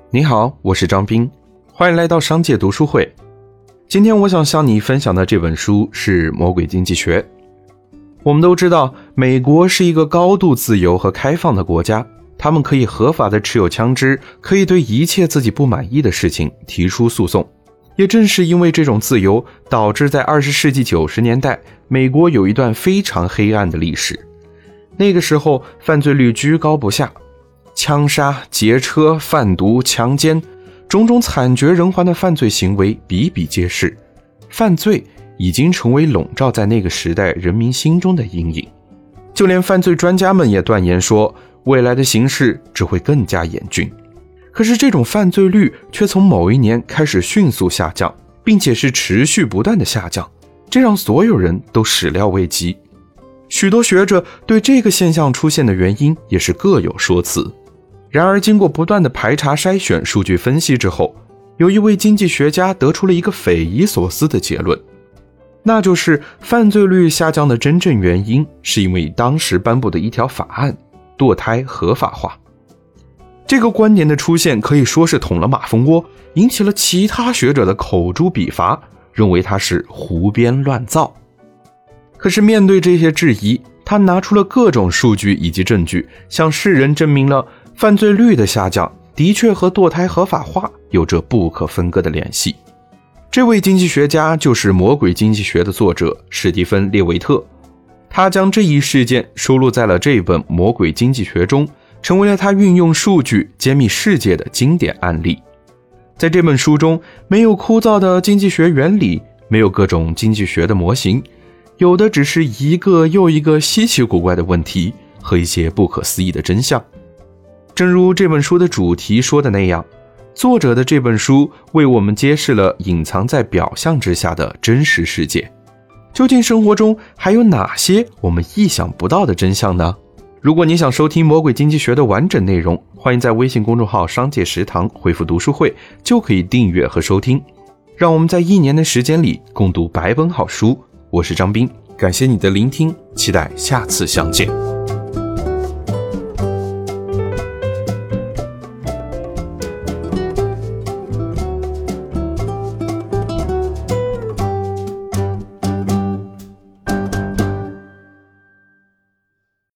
你好，我是张斌，欢迎来到商界读书会。今天我想向你分享的这本书是《魔鬼经济学》。我们都知道，美国是一个高度自由和开放的国家，他们可以合法的持有枪支，可以对一切自己不满意的事情提出诉讼。也正是因为这种自由，导致在20世纪90年代，美国有一段非常黑暗的历史。那个时候，犯罪率居高不下，枪杀、劫车、贩毒、强奸，种种惨绝人寰的犯罪行为比比皆是。犯罪已经成为笼罩在那个时代人民心中的阴影。就连犯罪专家们也断言说，未来的形势只会更加严峻。可是这种犯罪率却从某一年开始迅速下降，并且是持续不断的下降，这让所有人都始料未及。许多学者对这个现象出现的原因也是各有说辞。然而经过不断的排查筛选、数据分析之后，有一位经济学家得出了一个匪夷所思的结论，那就是犯罪率下降的真正原因是因为当时颁布的一条法案——堕胎合法化。这个观点的出现可以说是捅了马蜂窝，引起了其他学者的口诛笔伐，认为他是胡编乱造。可是面对这些质疑，他拿出了各种数据以及证据，向世人证明了犯罪率的下降的确和堕胎合法化有着不可分割的联系。这位经济学家就是《魔鬼经济学》的作者史蒂芬·列维特，他将这一事件收录在了这本《魔鬼经济学》中，成为了他运用数据揭秘世界的经典案例。在这本书中，没有枯燥的经济学原理，没有各种经济学的模型，有的只是一个又一个稀奇古怪的问题和一些不可思议的真相。正如这本书的主题说的那样，作者的这本书为我们揭示了隐藏在表象之下的真实世界。究竟生活中还有哪些我们意想不到的真相呢？如果你想收听《魔鬼经济学》的完整内容，欢迎在微信公众号商界食堂回复读书会，就可以订阅和收听。让我们在1年的时间里共读100本好书。我是张斌，感谢你的聆听，期待下次相见。